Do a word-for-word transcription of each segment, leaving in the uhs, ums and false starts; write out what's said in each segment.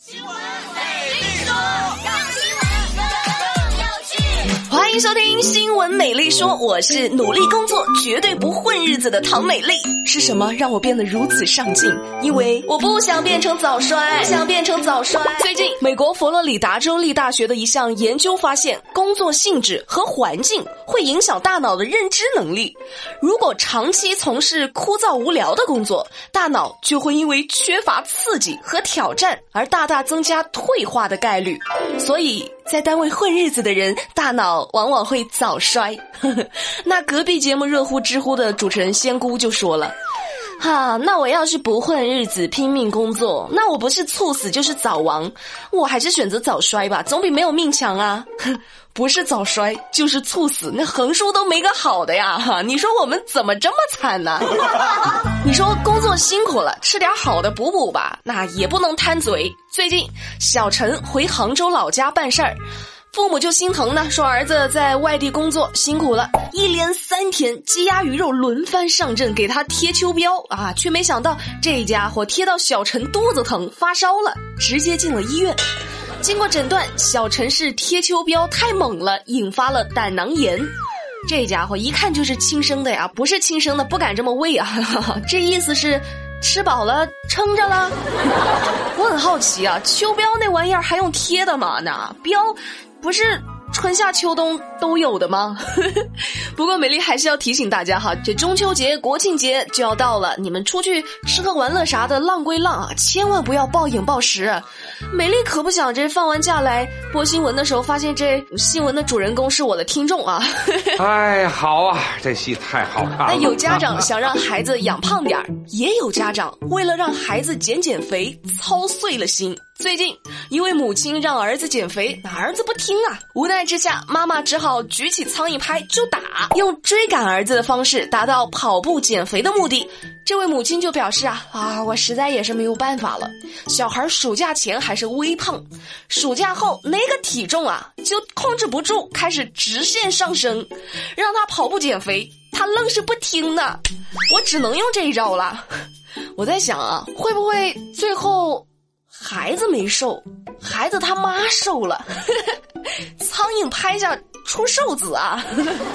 新闻美丽说，让新闻更有趣。欢迎收听新闻美丽说，我是努力工作绝对不混日子的唐美丽。是什么让我变得如此上进？因为我不想变成早衰，不想变成早衰。最近，美国佛罗里达州立大学的一项研究发现，工作性质和环境会影响大脑的认知能力。如果长期从事枯燥无聊的工作，大脑就会因为缺乏刺激和挑战而大大增加退化的概率。所以在单位混日子的人，大脑往往会早衰。那隔壁节目热乎知乎的主持人仙姑就说了，哈，那我要是不混日子拼命工作，那我不是猝死就是早亡，我还是选择早衰吧，总比没有命强啊。不是早衰就是猝死，那横竖都没个好的呀。你说我们怎么这么惨呢？你说工作辛苦了，吃点好的补补吧，那也不能贪嘴。最近小陈回杭州老家办事儿，父母就心疼呢，说儿子在外地工作辛苦了，一连三天鸡鸭鱼肉轮番上阵给他贴秋膘啊，却没想到这家伙贴到小陈肚子疼发烧了，直接进了医院。经过诊断，小陈是贴秋膘太猛了，引发了胆囊炎。这家伙一看就是亲生的呀，不是亲生的不敢这么喂啊。这意思是吃饱了撑着了。我很好奇啊，秋膘那玩意儿还用贴的吗？那膘不是春夏秋冬都有的吗？不过美丽还是要提醒大家哈，这中秋节国庆节就要到了，你们出去吃喝玩乐啥的浪归浪啊，千万不要暴饮暴食。美丽可不想这放完假来播新闻的时候发现这新闻的主人公是我的听众啊。 哎，好啊，这戏太好看了。 那有家长想让孩子养胖点儿，也有家长为了让孩子减减肥操碎了心。最近一位母亲让儿子减肥，那儿子不听啊，无奈之下妈妈只好举起苍蝇拍就打，用追赶儿子的方式达到跑步减肥的目的。这位母亲就表示啊啊，我实在也是没有办法了，小孩暑假前还是微胖，暑假后那个体重啊就控制不住，开始直线上升，让他跑步减肥，他愣是不听呢，我只能用这一招了。我在想啊，会不会最后孩子没瘦，孩子他妈瘦了。苍蝇拍下出瘦子啊。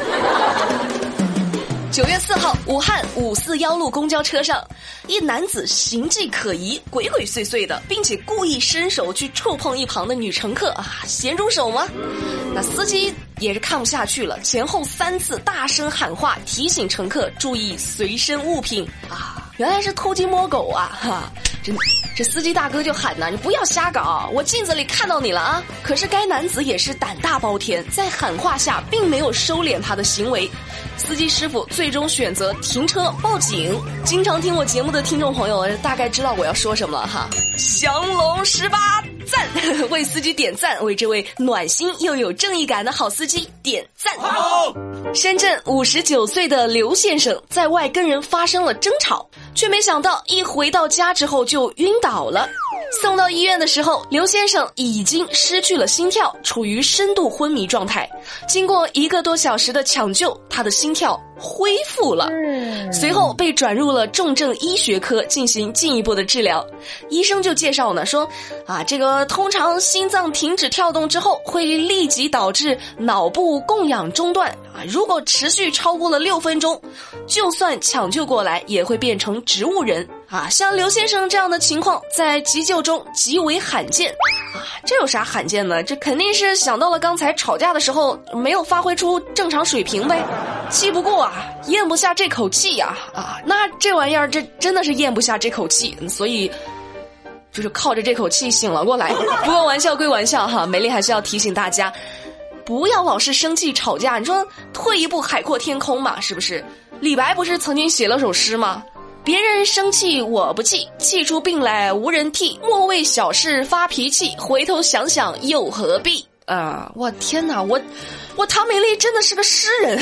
九月四号，武汉五四幺路公交车上，一男子形迹可疑，鬼鬼祟祟的，并且故意伸手去触碰一旁的女乘客啊，咸猪手吗？那司机也是看不下去了，前后三次大声喊话，提醒乘客注意随身物品啊，原来是偷鸡摸狗啊！哈，这这司机大哥就喊呐，你不要瞎搞，我镜子里看到你了啊！可是该男子也是胆大包天，在喊话下并没有收敛他的行为。司机师傅最终选择停车报警。经常听我节目的听众朋友大概知道我要说什么了哈。降龙十八赞，为司机点赞，为这位暖心又有正义感的好司机点赞。好。深圳五十九岁的刘先生在外跟人发生了争吵，却没想到一回到家之后就晕倒了。送到医院的时候，刘先生已经失去了心跳，处于深度昏迷状态。经过一个多小时的抢救，他的心跳恢复了，随后被转入了重症医学科进行进一步的治疗。医生就介绍呢，说啊，这个通常心脏停止跳动之后会立即导致脑部供氧中断啊，如果持续超过了六分钟，就算抢救过来也会变成植物人啊。像刘先生这样的情况在急救中极为罕见啊。这有啥罕见呢？这肯定是想到了刚才吵架的时候没有发挥出正常水平呗，气不过啊，咽不下这口气呀 啊, 啊那这玩意儿这真的是咽不下这口气，所以就是靠着这口气醒了过来。不过玩笑归玩笑哈，美丽还是要提醒大家，不要老是生气吵架。你说退一步海阔天空嘛，是不是？李白不是曾经写了首诗吗？别人生气我不气，气出病来无人替，莫为小事发脾气，回头想想又何必啊、呃！我天哪，我我唐美丽真的是个诗人。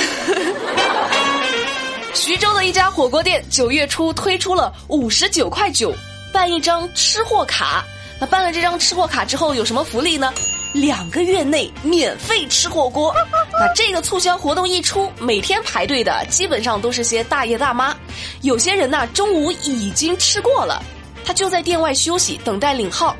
徐州的一家火锅店九月初推出了五十九块九办一张吃货卡。那办了这张吃货卡之后有什么福利呢？两个月内免费吃火锅。那这个促销活动一出，每天排队的基本上都是些大爷大妈，有些人呢中午已经吃过了，他就在店外休息等待领号。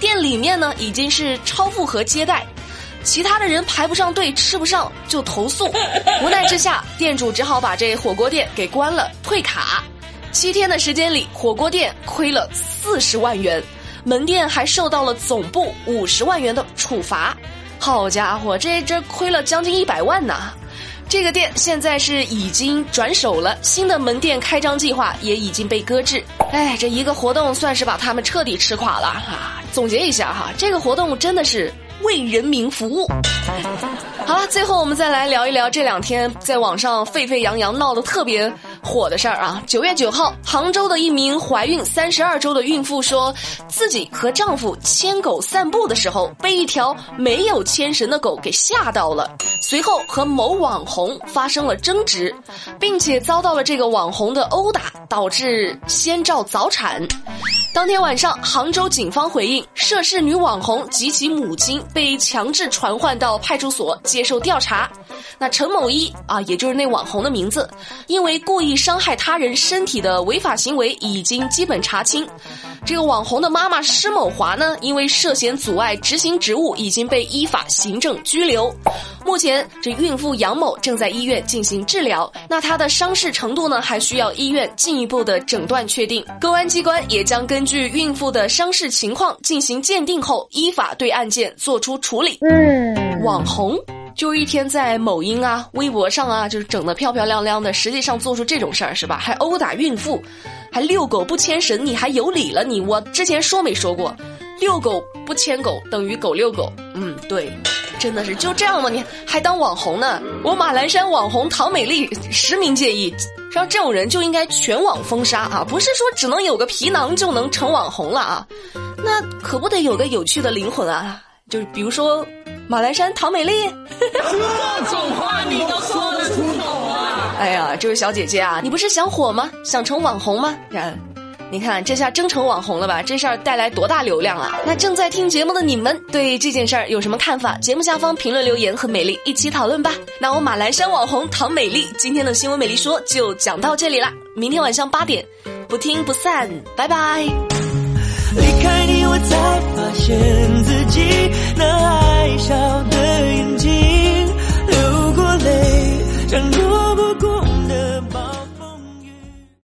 店里面呢已经是超负荷接待，其他的人排不上队吃不上就投诉，无奈之下店主只好把这火锅店给关了退卡。七天的时间里，火锅店亏了四十万元，门店还受到了总部五十万元的处罚。好家伙，这这亏了将近一百万呢！这个店现在是已经转手了，新的门店开张计划也已经被搁置。哎，这一个活动算是把他们彻底吃垮了啊！总结一下哈，这个活动真的是为人民服务。好了，最后我们再来聊一聊这两天在网上沸沸扬扬闹得特别火的事儿啊。九月九号，杭州的一名怀孕三十二周的孕妇说，自己和丈夫牵狗散步的时候，被一条没有牵绳的狗给吓到了，随后和某网红发生了争执，并且遭到了这个网红的殴打，导致先兆早产。当天晚上，杭州警方回应，涉事女网红及其母亲被强制传唤到派出所接受调查。那陈某一啊，也就是那网红的名字，因为故意伤害他人身体的违法行为已经基本查清。这个网红的妈妈施某华呢，因为涉嫌阻碍执行职务，已经被依法行政拘留。目前，这孕妇杨某正在医院进行治疗，那她的伤势程度呢，还需要医院进一步的诊断确定。公安机关也将根据孕妇的伤势情况进行鉴定后，依法对案件做出处理。嗯，网红就一天在某音啊、微博上啊，就是整得漂漂亮亮的，实际上做出这种事儿是吧？还殴打孕妇，还遛狗不牵绳，你还有理了你？我之前说没说过，遛狗不牵狗等于狗遛狗。嗯，对，真的是就这样吗？你还当网红呢？我马栏山网红唐美丽实名建议，像这种人就应该全网封杀啊！不是说只能有个皮囊就能成网红了啊，那可不得有个有趣的灵魂啊！就是比如说马栏山唐美丽， 这种话你都说得出口啊！ 哎呀，这位小姐姐啊，你不是想火吗？想成网红吗？然。你看这下真成网红了吧，这事儿带来多大流量啊。那正在听节目的你们对这件事儿有什么看法？节目下方评论留言和美丽一起讨论吧。那我马栏山网红唐美丽今天的新闻美丽说就讲到这里啦，明天晚上八点不听不散，拜拜。离开你我才